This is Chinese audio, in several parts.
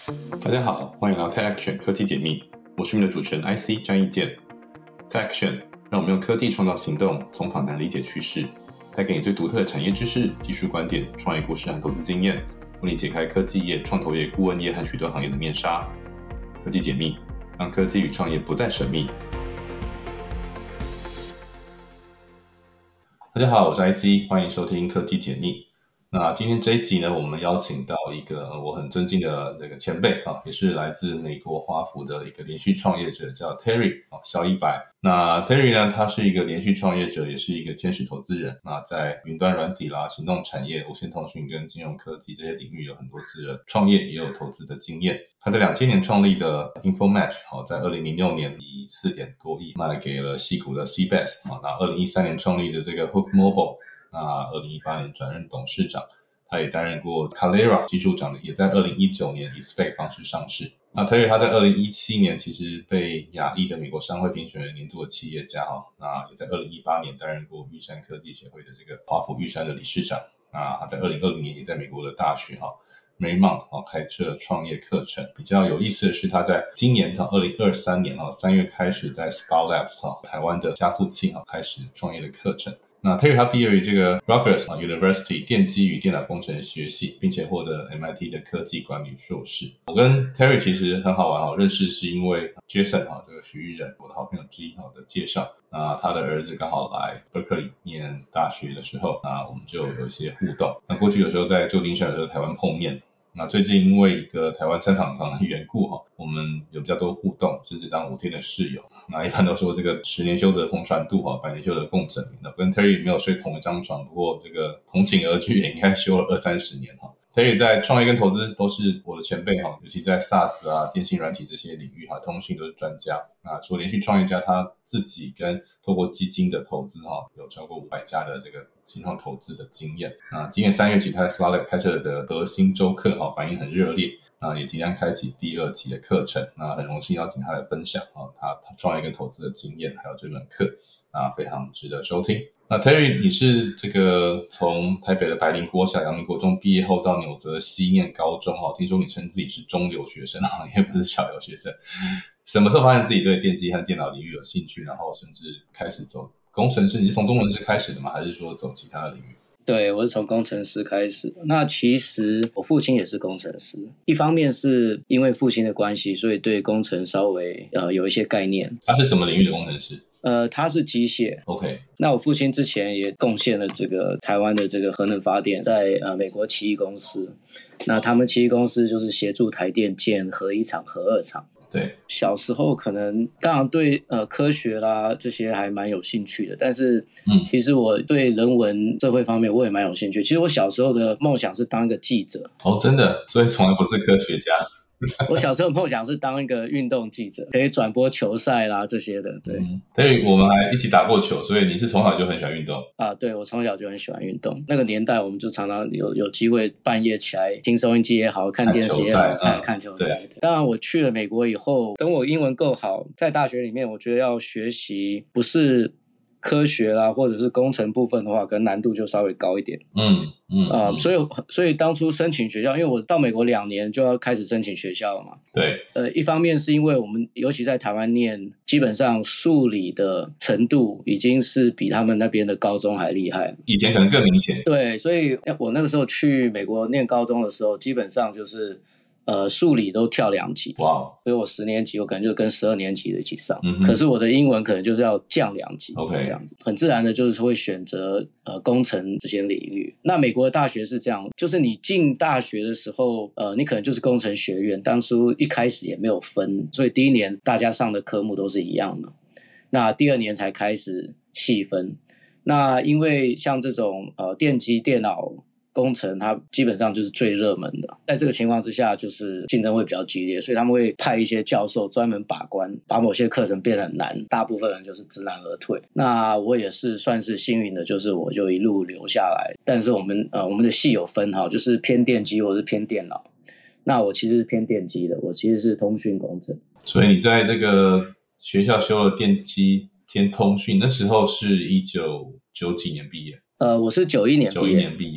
大家好，欢迎来到 Tech Action 科技解密，我是你们的主持人 IC 张义健。Tech Action 让我们用科技创造行动，从访谈理解趋势，带给你最独特的产业知识、技术观点、创业故事和投资经验，为你解开科技业、创投业、顾问业和许多行业的面纱。科技解密，让科技与创业不再神秘。大家好，我是 IC， 欢迎收听科技解密。那今天这一集呢，我们邀请到一个我很尊敬的这个前辈啊，也是来自美国华府的一个连续创业者，叫 Terry 萧一白。那 Terry 呢，他是一个连续创业者，也是一个天使投资人。那在云端软体啦、行动产业、无线通讯跟金融科技这些领域有很多次的创业，也有投资的经验。他在2000年创立的 InfoMatch， 在2006年以4点多亿卖给了矽谷的 CBAS。那2013年创立的这个 Hook Mobile。那2018年转任董事长，他也担任过 Kalera 技术长，也在2019年以 SPAC 方式上市。那 Terry 他在2017年其实被亚裔的美国商会评选为年度的企业家，那也在2018年担任过玉山科技协会的这个华府玉山的理事长。那他在2020年也在美国的大学Marymount 开设创业课程。比较有意思的是，他在今年2023年3月开始在 Spark Labs 台湾的加速器开始创业的课程。那 Terry 他毕业于这个 Rutgers University 电机与电脑工程学系，并且获得 MIT 的科技管理硕士。我跟 Terry 其实很好玩认识是因为 Jason 这个徐玉仁，我的好朋友之一的介绍。那他的儿子刚好来 Berkeley 念大学的时候，那我们就有一些互动。那过去有时候在旧金山有时候台湾碰面。那最近因为一个台湾参访团的缘故我们有比较多互动，甚至当5天的室友。那一般都说这个10年修得同船渡100年修得共枕眠。那跟 Terry 没有睡同一张床，不过这个同寝而居也应该修了20-30年Terry 在创业跟投资都是我的前辈尤其在 SaaS 电信软体这些领域通讯都是专家。那除了连续创业家，他自己跟透过基金的投资有超过500家的这个新创投资的经验。那今年3月起他在 Spark Labs 开设的核心周课反应很热烈。那也即将开启第2期的课程。那很荣幸邀请他来分享他创业跟投资的经验，还有这门课非常值得收听。那 Terry 你是这个从台北的百灵国小、阳明国中毕业后到纽泽西念高中听说你称自己是中流学生也不是小流学生。什么时候发现自己对电机和电脑领域有兴趣，然后甚至开始走工程师？你是从中文师开始的吗？还是说走其他的领域？ 对，我是从工程师开始。那其实我父亲也是工程师，一方面是因为父亲的关系，所以对工程稍微有一些概念。 他是什么领域的工程师？ 他是机械。 OK。 那我父亲之前也贡献了这个台湾的这个核能发电，在美国奇异公司。那他们奇异公司就是协助台电建核1厂、核2厂。 对， 小时候可能当然对科学啦这些还蛮有兴趣的，但是其实我对人文社会方面我也蛮有兴趣。其实我小时候的梦想是当一个记者。 真的？所以从来不是科学家。 我小时候的梦想是当一个运动记者，可以转播球赛啦这些的。对， 所以我们还一起打过球，所以你是从小就很喜欢运动对，我从小就很喜欢运动。那个年代我们就常常有机会半夜起来听收音机也好，看电视也好，看球赛。当然我去了美国以后，等我英文够好，在大学里面我觉得要学习不是科学啦或者是工程部分的话，可能难度就稍微高一点。所以当初申请学校，因为我到美国2年就要开始申请学校了嘛。 对。 一方面是因为我们尤其在台湾念，基本上数理的程度已经是比他们那边的高中还厉害， 以前可能更明显。 对，所以我那个时候去美国念高中的时候，基本上就是数理都跳2级。 哇！ 所以我10年级我可能就跟12年级的一起上。可是我的英文可能就是要降2级。 OK， 这样子很自然的就是会选择工程这些领域。那美国的大学是这样，就是你进大学的时候你可能就是工程学院，当初一开始也没有分，所以第1年大家上的科目都是一样的。那第2年才开始细分。那因为像这种电机电脑工程它基本上就是最热门的，在这个情况之下就是竞争会比较激烈，所以他们会派一些教授专门把关，把某些课程变得很难，大部分人就是知难而退。那我也是算是幸运的，就是我就一路留下来。但是我们的系有分就是偏电机或是偏电脑，那我其实是偏电机的，我其实是通讯工程。 所以你在这个学校修了电机偏通讯，那时候是1990几年毕业？ 我是91年毕业。 91年毕业。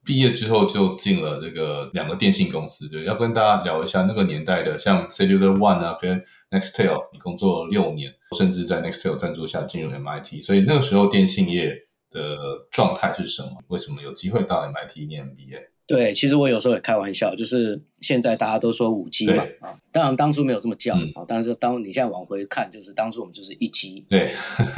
毕业之后就进了这个2个电信公司，对，要跟大家聊一下那个年代的，像 Cellular One 啊跟 Nextel， 你工作了6年，甚至在 Nextel 赞助下进入 MIT， 所以那个时候电信业的状态是什么？为什么有机会到 MIT 念 MBA？ 对，其实我有时候也开玩笑，就是现在大家都说5G 嘛，当然当初没有这么叫但是当你现在往回看，就是当初我们就是1G， 对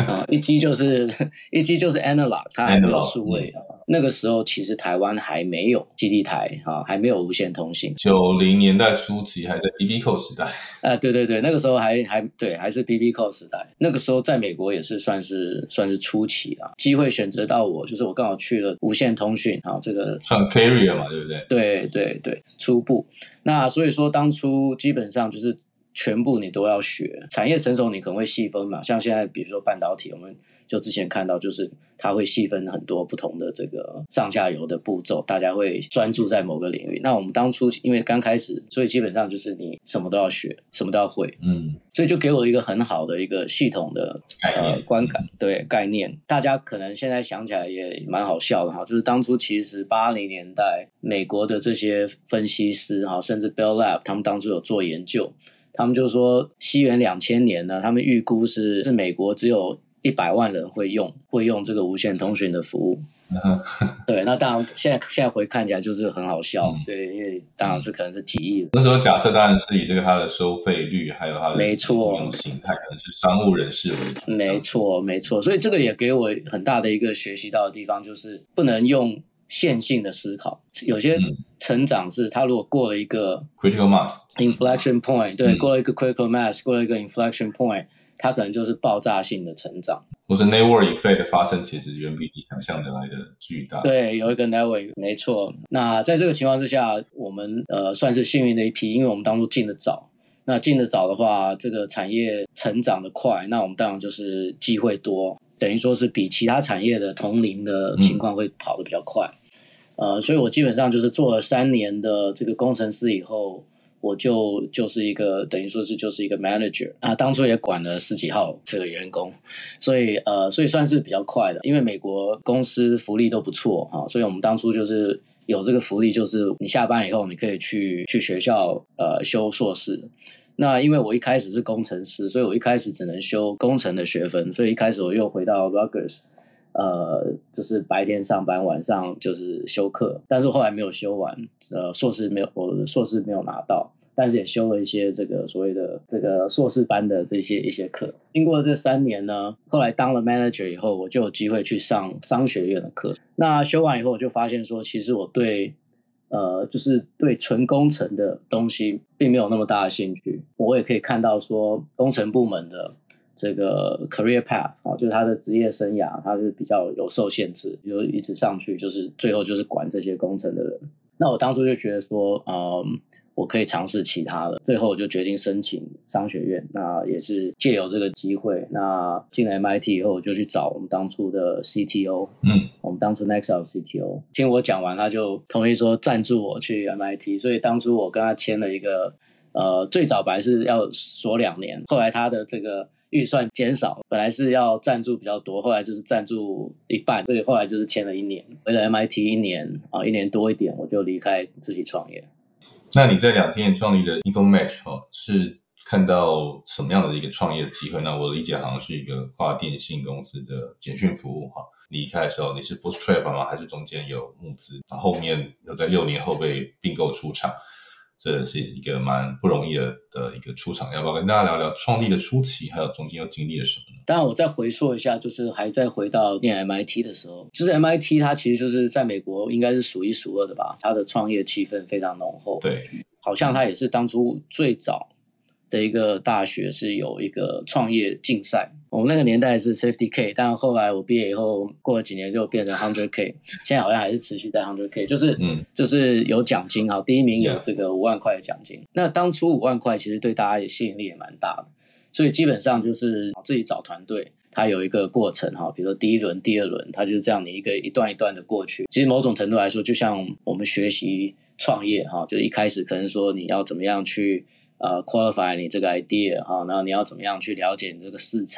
1G 就是analog， 它还没有数位那个时候其实台湾还没有基地台还没有无线通信 ，90年代初期还在 BB Call 时代， 对对对，那个时候还是 BB Call 时代，那个时候在美国也是算是初期机会选择到我，就是我刚好去了无线通讯这个算 carrier 嘛，对不对？ 对对对，初步。那所以说当初基本上就是全部你都要学，产业成熟你可能会细分嘛，像现在比如说半导体，我们就之前看到就是它会细分很多不同的这个上下游的步骤，大家会专注在某个领域。那我们当初因为刚开始，所以基本上就是你什么都要学，什么都要会，所以就给我一个很好的一个系统的观感，对概念。大家可能现在想起来也蛮好笑的就是当初其实80年代美国的这些分析师甚至 Bell Lab 他们当初有做研究，他们就说西元2000年呢，他们预估是美国只有100万人会用这个无线通讯的服务。对，那当然现在回看起来就是很好笑，对，因为当然是可能是几亿。 那时候假设当然是以这个它的收费率还有它的没错应用形态，可能是商务人士为主。 没错没错，所以这个也给我很大的一个学习到的地方，就是不能用线性的思考，有些成长是它如果过了一个 critical mass inflection point， 对，过了一个 critical mass， 过了一个 inflection point， 它可能就是爆炸性的成长， 或是 network effect 的发生其实远比你想象的来的巨大。 对，有一个 network， 没错。那在这个情况之下，我们算是幸运的一批，因为我们当初进得早。那进得早的话，这个产业成长得快，那我们当然就是机会多，等于说是比其他产业的同龄的情况会跑得比较快。所以我基本上就是做了3年的这个工程师以后，我就是一个等于说是就是一个 manager 当初也管了10几号这个员工，所以算是比较快的，因为美国公司福利都不错所以我们当初就是有这个福利，就是你下班以后你可以去学校修硕士。那因为我一开始是工程师，所以我一开始只能修工程的学分，所以一开始我又回到 Rutgers，就是白天上班，晚上就是修课，但是后来没有修完，我的硕士没有拿到，但是也修了一些这个所谓的这个硕士班的一些课。经过这3年呢，后来当了 manager 以后，我就有机会去上商学院的课。那修完以后，我就发现说，其实我对就是对纯工程的东西并没有那么大的兴趣。我也可以看到说，工程部门的这个 career path 就是他的职业生涯，他是比较有受限制，就一直上去，就是最后就是管这些工程的人。那我当初就觉得说，我可以尝试其他的，最后我就决定申请商学院。那也是借由这个机会，那进了 MIT 以后，我就去找我们当初的 CTO，我们当初 Nextel CTO， 听我讲完，他就同意说赞助我去 MIT。所以当初我跟他签了一个，最早本来是要锁2年，后来他的这个预算减少，本来是要赞助比较多，后来就是赞助一半，所以后来就是签了1年，回了 MIT 1年1年多一点，我就离开自己创业。 那你在2天创立的 InfoMatch 是看到什么样的一个创业机会？那我理解好像是一个跨电信公司的简讯服务你离开的时候你是 bootstrap 吗？还是中间有募资？后面有在6年后被并购出场，这是一个蛮不容易的一个出场。要不要跟大家聊聊创立的初期，还有中间又经历了什么呢？ 当然我再回溯一下，就是还在回到念 MIT 的时候，就是 MIT 它其实就是在美国应该是数1数2的吧，它的创业气氛非常浓厚。 对， 好像它也是当初最早的一个大学是有一个创业竞赛，我们那个年代是 50K， 但后来我毕业以后过了几年就变成 100K， 现在好像还是持续在 100K， 就是有奖金第一名有这个5万块的奖金。那当初5万块其实对大家的吸引力也蛮大的，所以基本上就是自己找团队，它有一个过程比如说第1轮第2轮，它就是这样你一段一段的过去。其实某种程度来说，就像我们学习创业就一开始可能说你要怎么样去qualify 你这个 idea然后你要怎么样去了解你这个市场，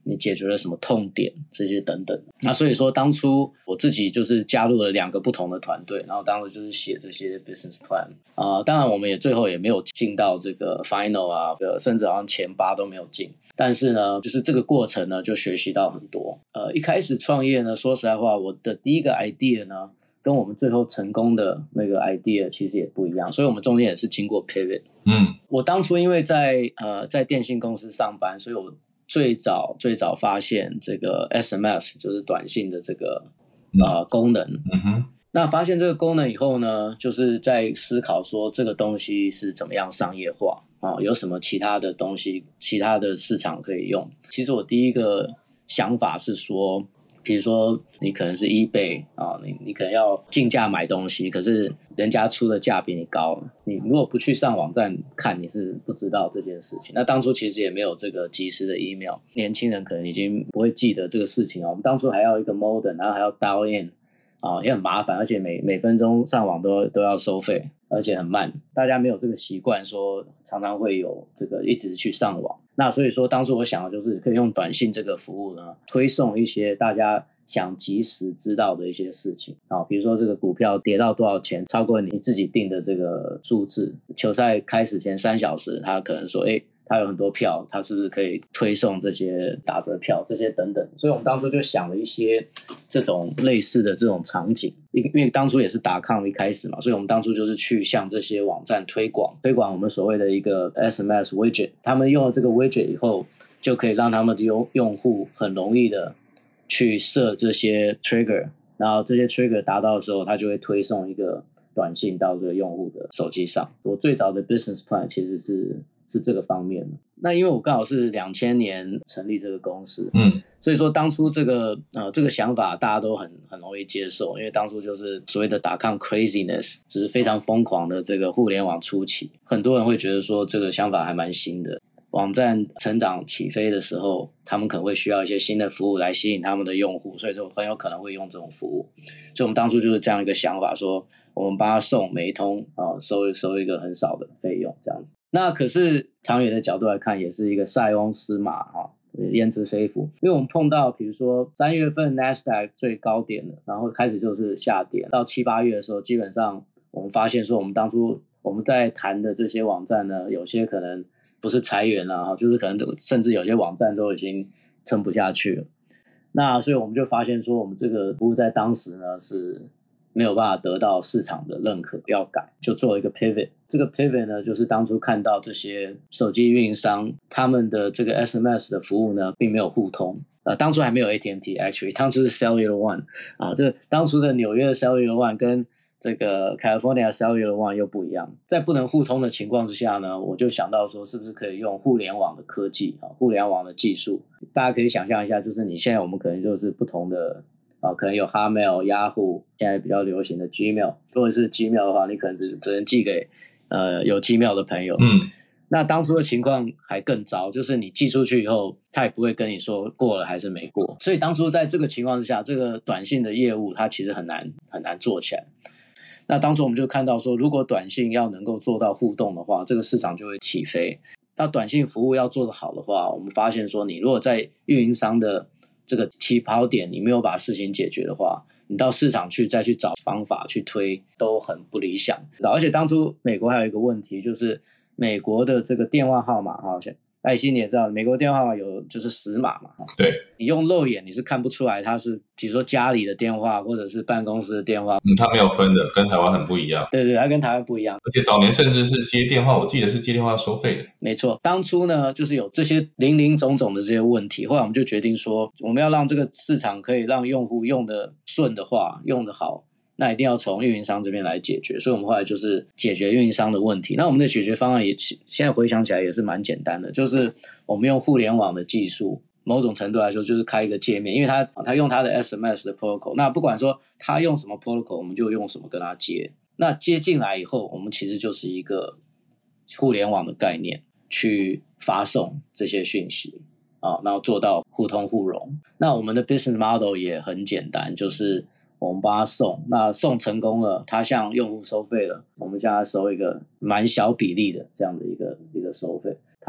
你解决了什么痛点这些等等。那所以说当初我自己就是加入了2个不同的团队，然后当时就是写这些 business plan 当然我们也最后也没有进到这个 final 啊，甚至好像前8都没有进。但是呢，就是这个过程呢，就学习到很多。一开始创业呢，说实在话，我的第一个 idea 呢，跟我们最后成功的那个 idea 其实也不一样，所以我们中间也是经过 pivot。我当初因为在电信公司上班，所以我最早发现这个 SMS 就是短信的这个功能。那发现这个功能以后呢，就是在思考说这个东西是怎么样商业化有什么其他的东西，其他的市场可以用。其实我第一个想法是说，比如说你可能是 eBay 你可能要竞价买东西，可是人家出的价比你高，你如果不去上网站看，你是不知道这件事情。那当初其实也没有这个即时的 email， 年轻人可能已经不会记得这个事情我们当初还要一个 modem， 然后还要 dial in也很麻烦，而且每分钟上网都要收费，而且很慢，大家没有这个习惯说常常会有这个一直去上网。那所以说当初我想的就是可以用短信这个服务呢，推送一些大家想及时知道的一些事情比如说这个股票跌到多少钱，超过你自己定的这个数字，球赛开始前3小时他可能说他有很多票，他是不是可以推送这些打折票这些等等。所以我们当初就想了一些这种类似的这种场景，因为当初也是.com一开始嘛，所以我们当初就是去向这些网站推广我们所谓的一个 SMS widget。 他们用了这个 widget 以后，就可以让他们的用户很容易的去设这些 trigger， 然后这些 trigger 达到的时候，他就会推送一个短信到这个用户的手机上。我最早的 business plan 其实是这个方面的。那因为我刚好是2000年成立这个公司，所以说当初这个想法大家都很容易接受，因为当初就是所谓的.com craziness， 就是非常疯狂的这个互联网初期，很多人会觉得说这个想法还蛮新的。网站成长起飞的时候，他们可能会需要一些新的服务来吸引他们的用户，所以说很有可能会用这种服务。所以我们当初就是这样一个想法，说我们帮他送每一通收一个很少的费用这样子。那可是长远的角度来看，也是一个塞翁失马焉知非福。因为我们碰到比如说3月份 NASDAQ 最高点了，然后开始就是下跌，到7、8月的时候，基本上我们发现说，我们当初我们在谈的这些网站呢，有些可能不是裁员了就是可能甚至有些网站都已经撑不下去了。那所以我们就发现说，我们这个服务在当时呢是没有办法得到市场的认可，要改，就做一个 pivot。 这个 pivot 呢，就是当初看到这些手机运营商他们的这个 SMS 的服务呢并没有互通。当初还没有 AT&T actually， 当初是 Cellular One 这个当初的纽约的 Cellular One 跟这个 California Cellular One 又不一样。在不能互通的情况之下呢，我就想到说是不是可以用互联网的科技互联网的技术。大家可以想象一下，就是你现在我们可能就是不同的可能有 Hotmail、Yahoo， 现在比较流行的 Gmail。 如果是 Gmail 的话，你可能只能寄给有 Gmail 的朋友。那当初的情况还更糟，就是你寄出去以后，他也不会跟你说过了还是没过。所以当初在这个情况之下，这个短信的业务它其实很难做起来。那当初我们就看到说，如果短信要能够做到互动的话，这个市场就会起飞。那短信服务要做得好的话，我们发现说，你如果在运营商的这个起跑点你没有把事情解决的话，你到市场去再去找方法去推都很不理想。而且当初美国还有一个问题，就是美国的这个电话号码艾希你也知道，美国电话号码有就是10码嘛， 对， 你用肉眼你是看不出来它是比如说家里的电话或者是办公室的电话。 它没有分的，跟台湾很不一样。 对，它跟台湾不一样， 而且早年甚至是接电话，我记得是接电话收费的。 没错，当初呢就是有这些林林总总的这些问题，后来我们就决定说，我们要让这个市场可以让用户用得顺的话，用得好，那一定要从运营商这边来解决。所以我们后来就是解决运营商的问题。那我们的解决方案也现在回想起来也是蛮简单的，就是我们用互联网的技术，某种程度来说就是开一个界面，因为他用他的 SMS 的 protocol， 那不管说他用什么 protocol， 我们就用什么跟他接。那接进来以后，我们其实就是一个互联网的概念去发送这些讯息然后做到互通互融。那我们的 business model 也很简单，就是我们帮他送，那送成功了，他向用户收费了，我们叫他收一个蛮小比例的这样的一个收费。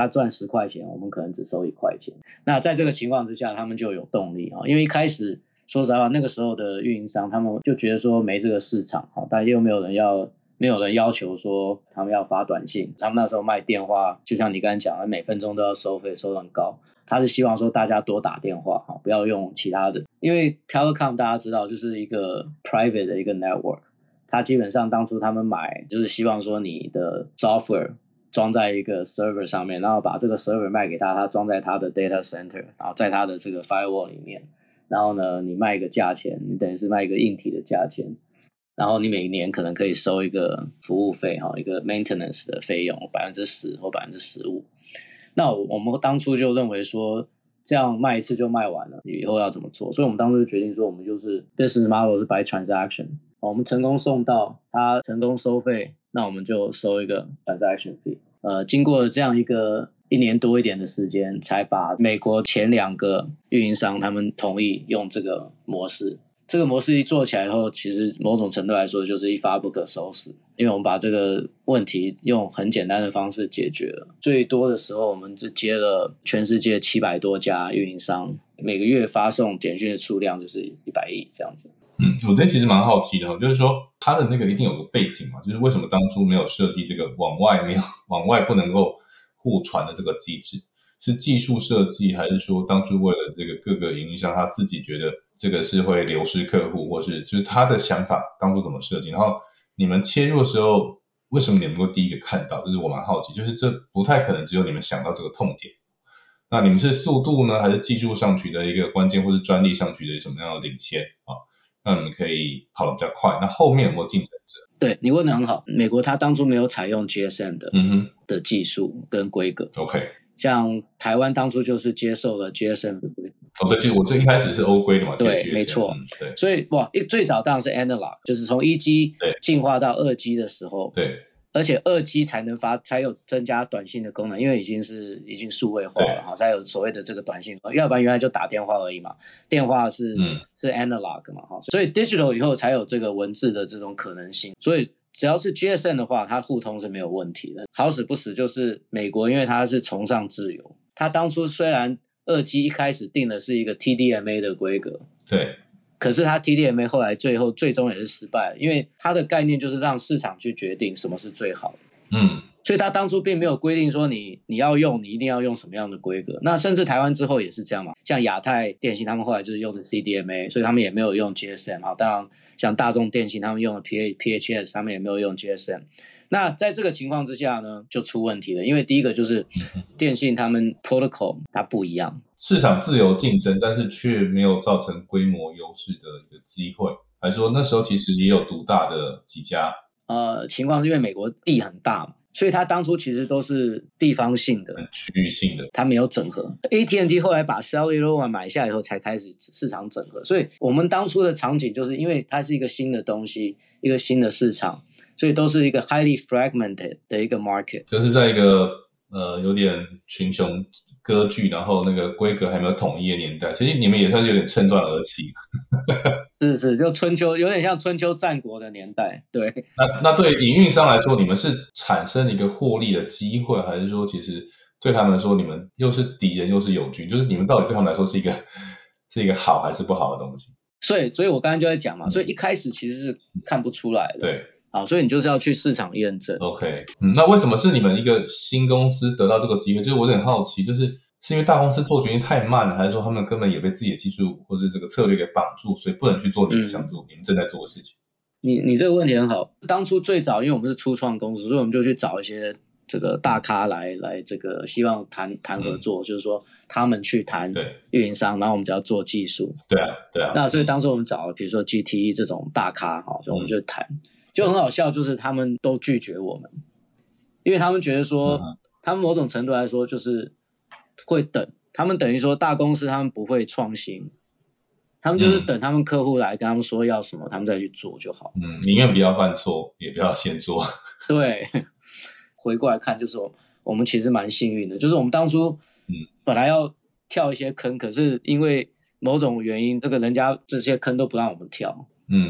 他赚10块钱，我们可能只收1块钱。那在这个情况之下，他们就有动力因为一开始说实在话，那个时候的运营商他们就觉得说没这个市场大家又没有人要求说他们要发短信，他们那时候卖电话，就像你刚才讲的，每分钟都要收费，收得很高。他是希望说大家多打电话不要用其他的，因为 Telecom 大家知道就是一个 private 的一个 network， 他基本上当初他们买就是希望说你的 software 装在一个 server 上面，然后把这个 server 卖给他装在他的 data center， 然后在他的这个 firewall 里面，然后呢你卖一个价钱，你等于是卖一个硬体的价钱，然后你每年可能可以收一个服务费一个 maintenance 的费用 10% 或 15%。那我们当初就认为说这样卖一次就卖完了，以后要怎么做？所以我们当初就决定说我们就是 business model 是 by transaction， 我们成功送到他成功收费，那我们就收一个 transaction fee。经过了这样一个1年多一点的时间，才把美国前2个运营商他们同意用这个模式。这个模式一做起来以后，其实某种程度来说就是一发不可收拾，因为我们把这个问题用很简单的方式解决了。最多的时候我们就接了全世界700多家运营商，每个月发送简讯的数量就是100亿这样子。 我这其实蛮好奇的就是说它的那个一定有个背景嘛，就是为什么当初没有设计这个往外不能够互传的这个机制？是技术设计，还是说当初为了这个各个营运商他自己觉得这个是会流失客户，或是就是他的想法当初怎么设计？然后你们切入的时候，为什么你们能够第一个看到？这是我蛮好奇，就是这不太可能只有你们想到这个痛点。那你们是速度呢，还是技术上取得一个关键，或是专利上取得什么样的领先那你们可以跑得比较快？那后面有没有竞争者？ 对，你问得很好。美国他当初没有采用 GSM 的技术跟规格。 OK。 像台湾当初就是接受了 GSM 的规格。 对，我这一开始是欧规的嘛。 对，没错。 对， 所以最早当然是 Analog， 就是从1G 进化到2G 的时候。 对。而且2G 才有增加短信的功能，因为已经数位化了才有所谓的这个短信，要不然原来就打电话而已嘛，电话是 Analog 嘛所以 Digital 以后才有这个文字的这种可能性，所以只要是 GSM 的话，它互通是没有问题的。好死不死就是美国，因为它是崇尚自由，它当初虽然2G 一开始定的是一个 TDMA 的规格， 对， 可是它 TDMA 后来最终也是失败了，因为它的概念就是让市场去决定什么是最好的。所以它当初并没有规定说你要用，你一定要用什么样的规格。那甚至台湾之后也是这样嘛，像亚太电信他们后来就是用的 CDMA， 所以他们也没有用 GSM。当然像大众电信他们用的 PHS， 他们也没有用 GSM。那在这个情况之下呢，就出问题了，因为第一个就是电信他们 protocol 它不一样， 市场自由竞争，但是却没有造成规模优势的一个机会，还是说那时候其实也有独大的几家？ 情况是因为美国地很大嘛，所以它当初其实都是地方性的、 区域性的， 它没有整合。AT&T 后来把 Cellular One 买下以后，才开始市场整合。所以我们当初的场景就是因为它是一个新的东西，一个新的市场，所以都是一个 highly fragmented 的一个 market。 就是在一个有点群雄割据，然后那个规格还没有统一的年代，其实你们也算是有点趁乱而起。 是，就春秋，有点像春秋战国的年代。对， 那对营运商来说，你们是产生一个获利的机会，还是说其实对他们来说，你们又是敌人又是友军？就是你们到底对他们来说是一个好还是不好的东西？ 所以我刚才就在讲嘛，所以一开始其实是看不出来的。 对。 好，所以你就是要去市场验证。 OK，那为什么是你们一个新公司得到这个机会？就是我很好奇，是因为大公司做决定太慢了，还是说他们根本也被自己的技术或者这个策略给绑住，所以不能去做你们想做、你们正在做的事情？ 你这个问题很好。当初最早，因为我们是初创公司，所以我们就去找一些这个大咖来这个希望谈合作，就是说他们去谈运营商，然后我们只要做技术。 对啊。那所以当初我们找了比如说 GTE 这种大咖，所以我们就谈。就很好笑，就是他们都拒绝我们，因为他们觉得说，他们某种程度来说就是会等，他们等于说大公司他们不会创新，他们就是等他们客户来跟他们说要什么，他们再去做就好。 宁愿不要犯错，也不要先做。 对，回过来看，就是我们其实蛮幸运的，就是我们当初本来要跳一些坑，可是因为某种原因，这个人家这些坑都不让我们跳。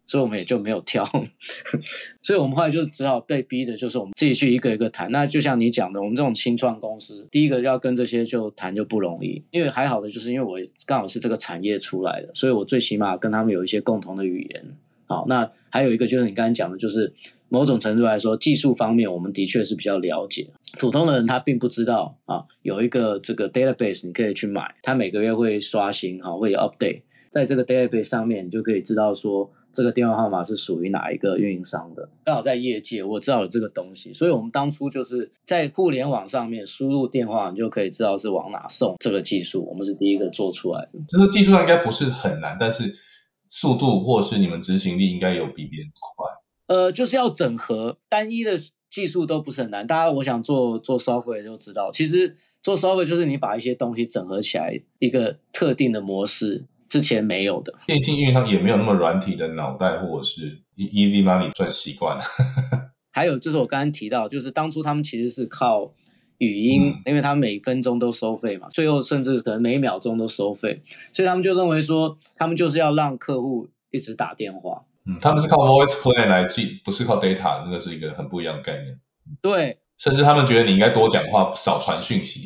所以我们也就没有跳。所以我们后来就只好被逼的，就是我们自己去一个一个谈。那就像你讲的，我们这种新创公司，第一个要跟这些就谈就不容易，因为还好的就是因为我刚好是这个产业出来的，所以我最起码跟他们有一些共同的语言。好，那还有一个就是你刚才讲的，就是某种程度来说，技术方面我们的确是比较了解。普通的人他并不知道啊，有一个这个 database 你可以去买，他每个月会刷新，会有 update， 在这个 database 上面你就可以知道说这个电话号码是属于哪一个运营商的。刚好在业界我知道有这个东西，所以我们当初就是在互联网上面输入电话，你就可以知道是往哪送。这个技术我们是第一个做出来的。 这个技术上应该不是很难，但是速度或是你们执行力应该有比别人快。 就是要整合，单一的技术都不是很难。大家我想做 software 就知道，其实做 software 就是你把一些东西整合起来，一个特定的模式之前没有的。 电信运营商也没有那么软体的脑袋或者是 easy money 赚习惯了。 还有就是我刚刚提到，就是当初他们其实是靠语音，因为他们每分钟都收费嘛，最后甚至可能每秒钟都收费，所以他们就认为说，他们就是要让客户一直打电话。 他们是靠 voice plan 来记，不是靠 data， 那个是一个很不一样的概念。 对， 甚至他们觉得你应该多讲话，少传讯息。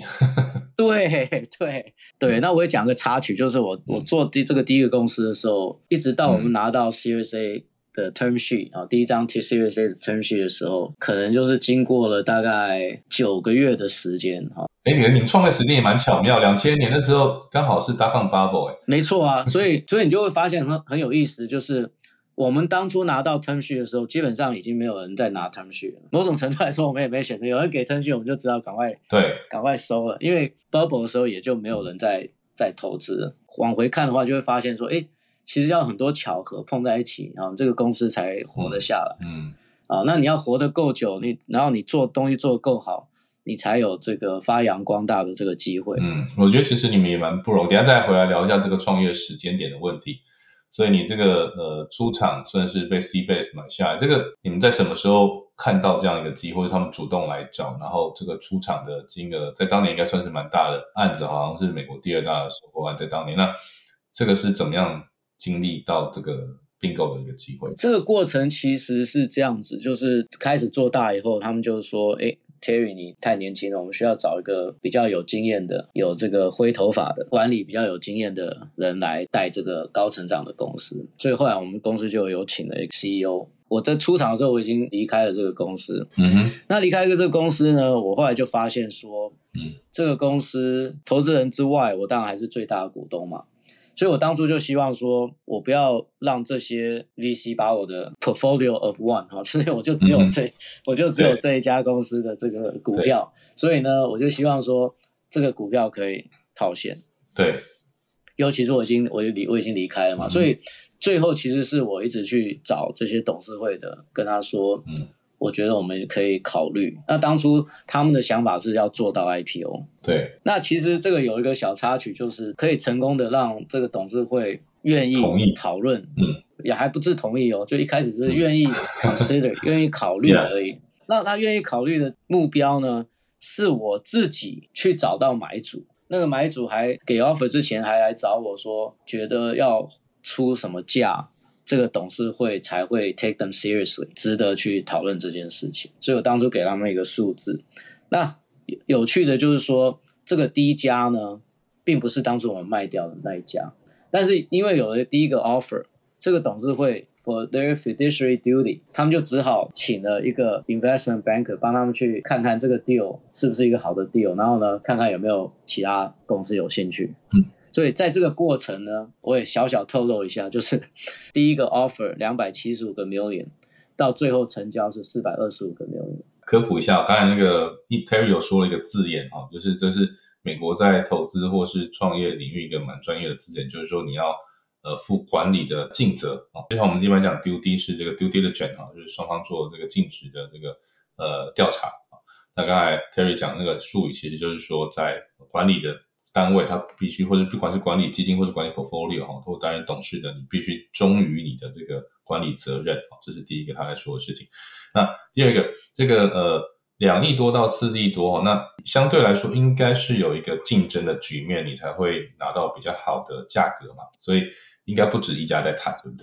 对，那我也讲个插曲，就是我做这个第一个公司的时候，一直到我们拿到 Series A 的 term sheet 第一张 Series A 的 term sheet 的时候，可能就是经过了大概9个月的时间。 你们创业时间也蛮巧妙，2000年的时候刚好是 dot-com bubble。 没错啊，所以你就会发现很有意思，就是我们当初拿到 term sheet 的时候，基本上已经没有人在拿 term sheet 了。某种程度来说，我们也没选择，有人给 term sheet， 我们就知道赶快收了，因为 bubble 的时候也就没有人在投资了。往回看的话，就会发现说，其实要很多巧合碰在一起，这个公司才活得下来。那你要活得够久，然后你做东西做得够好，你才有这个发扬光大的这个机会。 我觉得其实你们也蛮不容易。等一下再回来聊一下这个创业时间点的问题。所以你这个出场算是被 C-Base 买下来，这个你们在什么时候看到这样一个机会，他们主动来找，然后这个出场的金额在当年应该算是蛮大的案子，好像是美国第2大的收购案在当年。那这个是怎么样经历到这个并购的一个机会？ 这个过程其实是这样子，就是开始做大以后，他们就说Terry 你太年轻了，我们需要找一个比较有经验的，有这个灰头发的管理比较有经验的人来带这个高成长的公司。所以后来我们公司就有请了一个 CEO。我在出场的时候我已经离开了这个公司。那离开这个公司呢，我后来就发现说，这个公司投资人之外，我当然还是最大的股东嘛。所以我当初就希望说，我不要让这些 VC 把我的 portfolio of one 就是我就只有这一家公司的这个股票，所以呢，我就希望说这个股票可以套现。 对， 尤其是我已经离开了嘛，所以最后其实是我一直去找这些董事会的，跟他说，我觉得我们可以考虑。那当初他们的想法是要做到 IPO。 对。 那其实这个有一个小插曲，就是可以成功的让这个董事会愿意讨论，也还不是同意就一开始是愿意 consider，愿意考虑而已。那他愿意考虑的目标呢，是我自己去找到买主。那个买主还给 offer 之前还来找我说，觉得要出什么价，这个董事会才会 take them seriously， 值得去讨论这件事情。所以我当初给他们一个数字。那有趣的就是说，这个第一家呢，并不是当初我们卖掉的那一家，但是因为有了第一个 offer， 这个董事会 for their fiduciary duty， 他们就只好请了一个 investment banker 帮他们去看看这个 deal 是不是一个好的 deal， 然后呢，看看有没有其他公司有兴趣。所以在这个过程呢，我也小小透露一下，就是第一个 offer 275个 million， 到最后成交是425个 million。 科普一下，刚才那个 Terry 有说了一个字眼就是这是美国在投资或是创业领域一个蛮专业的字眼，就是说你要负管理的尽责就像我们一般讲 due D 是这个 due diligence就是双方做这个尽职的这个调查那刚才 Terry 讲那个术语，其实就是说在管理的单位，他必须或者不管是管理基金或是管理 portfolio 或担任董事的，你必须忠于你的这个管理责任这是第一个他在说的事情。那第二个，这个2亿多到4亿多那相对来说应该是有一个竞争的局面，你才会拿到比较好的价格嘛，所以应该不止一家在谈，对不对？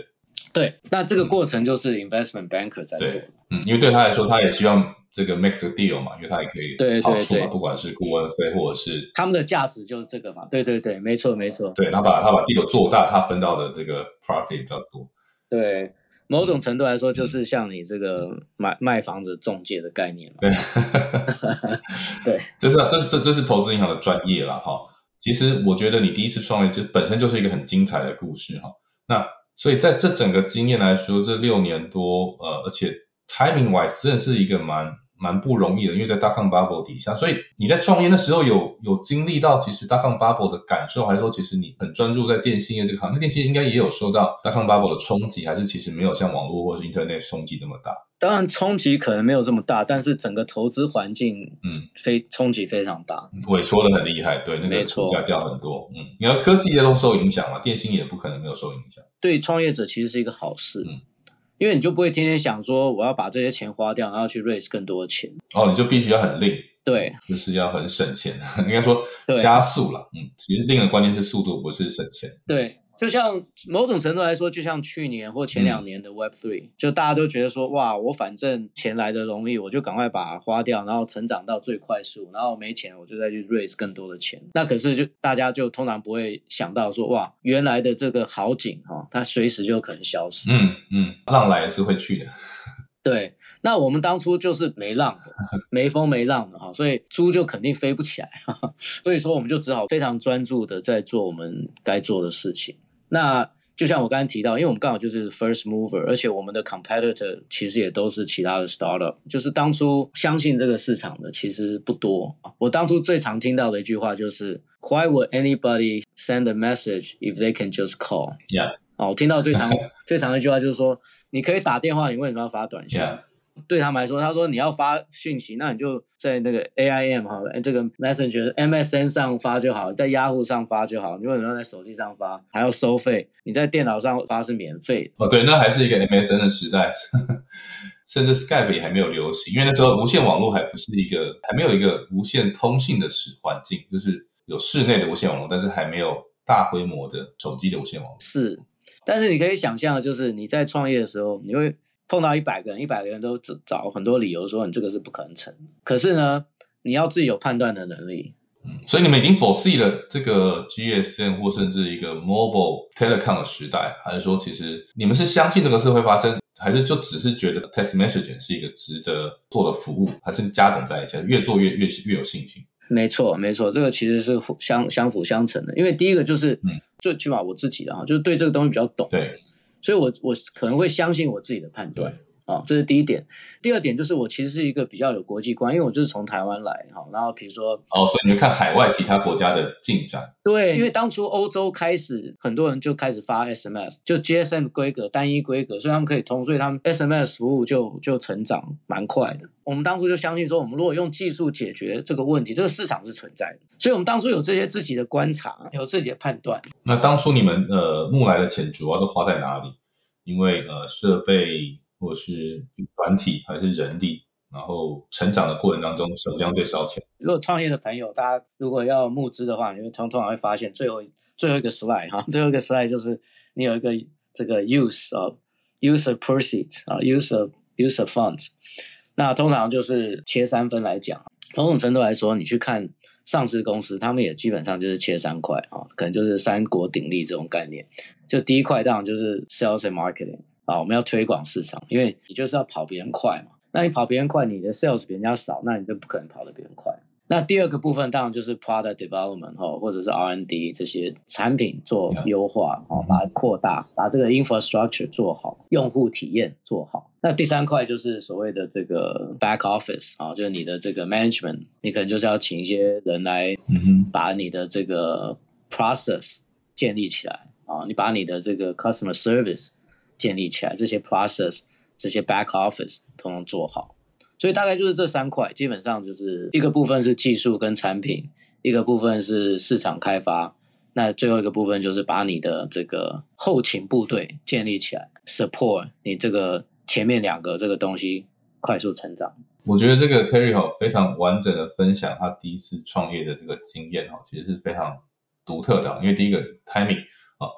对，那这个过程就是 investment banker 在做的。 因为对他来说，他也希望这个 make the deal 嘛，因为他也可以好处嘛， 对， 不管是顾问费或者是他们的价值就是这个嘛。对，没错。 对，他把 deal 做大，他分到的这个 profit 比较多。 对，某种程度来说，就是像你这个卖房子中介的概念嘛。 对， 对， 这是投资银行的专业啦哈。其实我觉得你第一次创业就本身就是一个很精彩的故事哈。那所以在这整个经验来说，这6年多，而且 timing wise 真的是一个蛮不容易的，因为在 dot-com bubble 底下，所以你在创业的时候有经历到其实 dot-com bubble 的感受，还是说其实你很专注在电信业这个行业，电信业应该也有受到 dot-com bubble 的冲击，还是其实没有像网络或是 internet 冲击那么大？ 当然冲击可能没有这么大，但是整个投资环境冲击非常大， 萎缩的很厉害，对，那个股价掉很多。你要科技业都受影响嘛，电信也不可能没有受影响。 对创业者其实是一个好事。因为你就不会天天想说我要把这些钱花掉，然后去 raise 更多的钱。 你就必须要很lean， 对， 就是要很省钱，应该说加速了。其实lean的关键是速度，不是省钱。 对，就像某种程度来说，就像去年或前2年的 Web3，就大家都觉得说，哇，我反正钱来的容易，我就赶快把它花掉，然后成长到最快速，然后没钱我就再去 raise 更多的钱。那可是大家就通常不会想到说，哇，原来的这个好景它随时就可能消失。 浪来也是会去的。 对，那我们当初就是没浪的，没风没浪的所以猪就肯定飞不起来。所以说我们就只好非常专注的在做我们该做的事情。那就像我刚才提到，因为我们刚好就是 first mover， 而且我们的 competitor 其实也都是其他的 startup， 就是当初相信这个市场的其实不多。我当初最常听到的一句话就是 Why would anybody send a message if they can just call？ 我听到最常的一句话就是说，你可以打电话，你为什么要发短信？对他们来说，他说你要发讯息，那你就在那个 AIM 这个 Messenger MSN 上发就好，在 Yahoo 上发就好，你为什么要在手机上发还要收费？你在电脑上发是免费的。 对，那还是一个 MSN 的时代，甚至 Skype 也还没有流行，因为那时候无线网络还没有一个无线通信的环境，就是有室内的无线网络，但是还没有大规模的手机的无线网络。 是，但是你可以想象的就是你在创业的时候，你会碰到100个人，100个人都找很多理由说你这个是不可能成。可是呢，你要自己有判断的能力。 所以你们已经 foresee 了这个 GSM 或甚至一个 mobile telecom 的时代，还是说其实你们是相信这个事会发生，还是就只是觉得 text messaging 是一个值得做的服务，还是加总在一起，越做越有信心？ 没错，这个其实是相辅相成的。因为第一个就是最起码我自己的就是对这个东西比较懂， 对， 所以我可能会相信我自己的判断。这是第一点。第二点就是我其实是一个比较有国际观，因为我就是从台湾来，然后比如说所以你会看海外其他国家的进展。 对，因为当初欧洲开始很多人就开始发 SMS， 就 GSM 规格单一规格，所以他们可以通，所以他们 SMS 服务就成长蛮快的。我们当初就相信说，我们如果用技术解决这个问题，这个市场是存在的，所以我们当初有这些自己的观察，有自己的判断。 那当初你们募来的钱主要都花在哪里？因为设备或者是软体还是人力，然后成长的过程当中什么样最烧钱？ 如果创业的朋友，大家如果要募资的话，你会通常会发现最后一个 slide 最后一个 slide 就是你有一个这个 user proceeds user funds。那通常就是切3分来讲，某种程度来说，你去看上市公司，他们也基本上就是切3块可能就是3国鼎立这种概念。就第一块当然就是 sales and marketing。我们要推广市场，因为你就是要跑别人快嘛。那你跑别人快，你的 sales 比人家少，那你就不可能跑得别人快。那第二个部分当然就是 product development 或者是 R&D 这些产品做优化把它扩大，把这个 infrastructure 做好，用户体验做好。那第3块就是所谓的这个 back office 就是你的这个 management， 你可能就是要请一些人来把你的这个 process 建立起来你把你的这个 customer service建立起来，这些 process 这些 back office 通通做好。所以大概就是这3块，基本上就是一个部分是技术跟产品，一个部分是市场开发，那最后一个部分就是把你的这个后勤部队建立起来 support 你这个前面2个这个东西快速成长。 我觉得这个 Terry 非常完整的分享他第一次创业的这个经验其实是非常独特的因为第一个 timing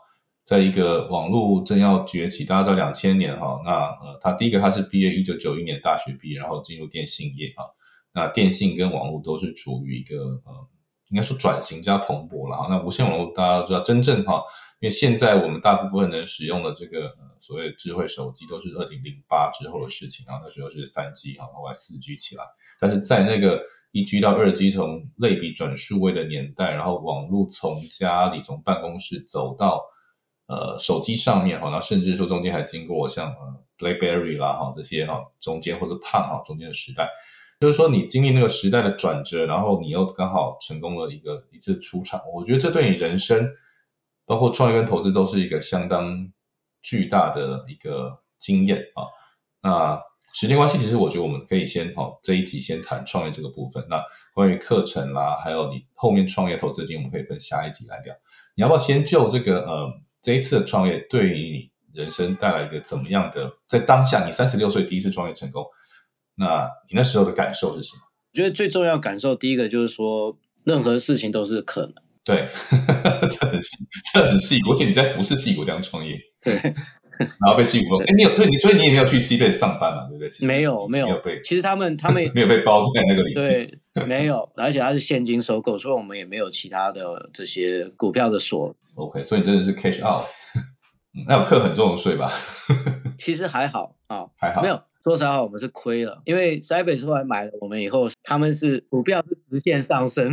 在一个网络正要崛起，大家知道2000年哈，那他是毕业1991年大学毕业，然后进入电信业哈。那电信跟网络都是处于一个应该说转型加蓬勃了哈。那无线网络大家都知道，真正哈，因为现在我们大部分人使用的这个所谓的智慧手机都是2008之后的事情啊，那时候是3G 哈，后来4G 起来，但是在那个1G 到2G 从类比转数位的年代，然后网络从家里从办公室走到手机上面哈，然后甚至说中间还经过像BlackBerry 啦哈这些哈中间或者胖哈中间的时代。就是说你经历那个时代的转折，然后你又刚好成功了一次出场，我觉得这对你人生包括创业跟投资都是一个相当巨大的一个经验啊。那时间关系，其实我觉得我们可以先这一集先谈创业这个部分，那关于课程啦还有你后面创业投资经验我们可以分下一集来聊。你要不要先就这个这一次的创业对于你人生带来一个怎么样的，在当下你36岁第一次创业成功，那你那时候的感受是什么？ 我觉得最重要的感受，第一个就是说，任何事情都是可能。 对，这很细骨，而且你在不是矽谷这样创业， 对， 然后被矽谷所以你也没有去 C 贝上班嘛，对不对？ 没有，其实他们没有被包在那个里面， 对，没有，而且它是现金收购，所以我们也没有其他的这些股票的锁。 OK， 所以你真的是 cash out， 那有课很重的税吧？ 其实还好啊， 还好， 没有。说实话，我们是亏了，因为 Sybase 后来买了我们以后，他们是股票是直线上升。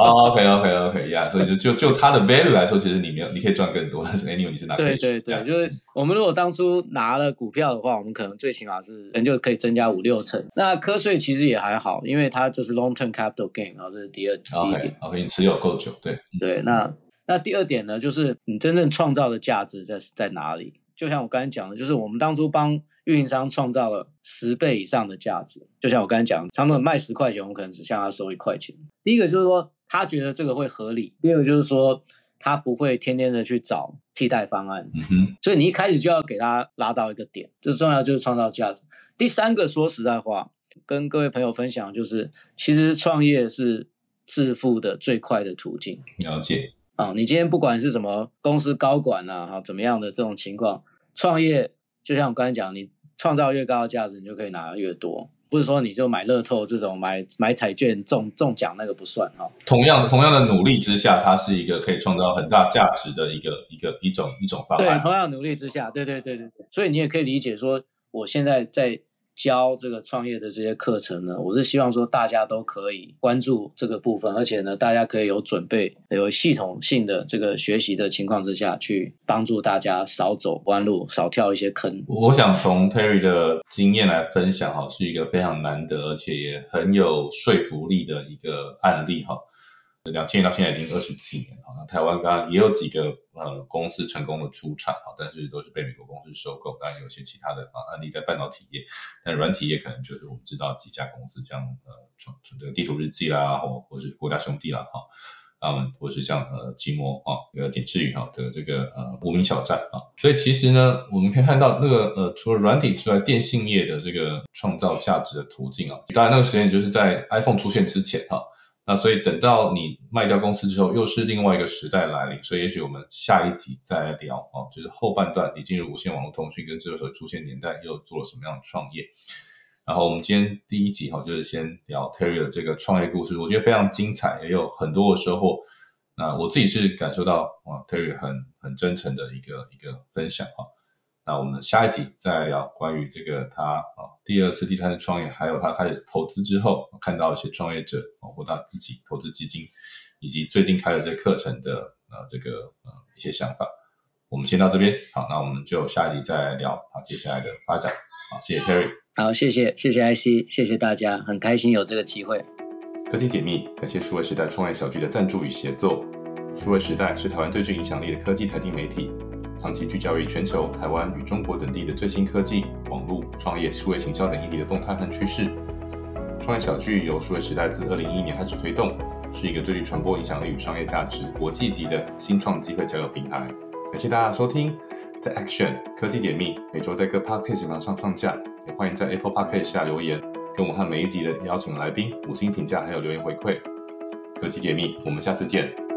OK， 所以就它的 value 来说，其实你没有，你可以赚更多，但是 anyway 你是拿 cash。 对，就是我们如果当初拿了股票的话，我们可能最起码是就可以增加5-6成。那课税其实也还好，因为它就是 long term capital gain， 然后这是第一点。 OK， 你持有够久，对。 对，那第二点呢，就是你真正创造的价值在哪里？就像我刚才讲的，就是我们当初帮运营商创造了10倍以上的价值。就像我刚才讲，他们卖10块钱，我们可能只向他收1块钱。第一个就是说，他觉得这个会合理；第二个就是说，他不会天天的去找替代方案。所以你一开始就要给他拉到一个点，最重要就是创造价值。第三个，说实在话，跟各位朋友分享，就是其实创业是致富的最快的途径。 了解。 你今天不管是什么公司高管啊，怎么样的这种情况，创业就像我刚才讲，你创造越高的价值，你就可以拿越多。不是说你就买乐透这种买彩券中奖那个不算哈。同样的努力之下，它是一个可以创造很大价值的一种方案。 对，同样努力之下，对。所以你也可以理解说，我现在在教这个创业的这些课程呢，我是希望说大家都可以关注这个部分，而且呢，大家可以有准备、有系统性的这个学习的情况之下去帮助大家少走弯路，少跳一些坑。 我想从 Terry 的经验来分享是一个非常难得而且也很有说服力的一个案例2000年到现在已经20几年了，台湾刚刚也有几个公司成功的出场，但是都是被美国公司收购，当然有些其他的案例在半导体业，但软体业可能就是我们知道几家公司，像这个地图日记啦，或是国家兄弟啦或是像寂寞简志宇的这个无名小站所以其实呢，我们可以看到那个除了软体之外，电信业的这个创造价值的途径当然那个时间就是在 iPhone 出现之前那所以等到你卖掉公司之后，又是另外一个时代来临，所以也许我们下一集再来聊就是后半段你进入无线网络通讯跟智慧手机出现年代又做了什么样的创业。然后我们今天第一集就是先聊 Terry 的这个创业故事，我觉得非常精彩，也有很多的收获。那我自己是感受到Terry 很真诚的一个分享那我们下一集再来聊关于这个他第二次、第三次创业，还有他开始投资之后看到一些创业者或他自己投资基金，以及最近开了这课程的这个一些想法。我们先到这边，好，那我们就下一集再来聊接下来的发展。好，谢谢 Terry。 好，谢谢 IC， 谢谢大家，很开心有这个机会。 科技解密，感谢数位时代创业小聚的赞助与协作。数位时代是台湾最具影响力的科技财经媒体，长期聚焦于全球、台湾与中国等地的最新科技、网络、创业、数位行销等议题的动态和趋势。创业小聚由数位时代自2011年开始推动，是一个最具传播影响力与商业价值、国际级的新创机会交流平台。感谢大家的收听 The Action 科技解密，每周在各 Podcast 平台上上架，也欢迎在 Apple Podcast 下留言，跟我和每一集的邀请来宾5星评价还有留言回馈。科技解密，我们下次见。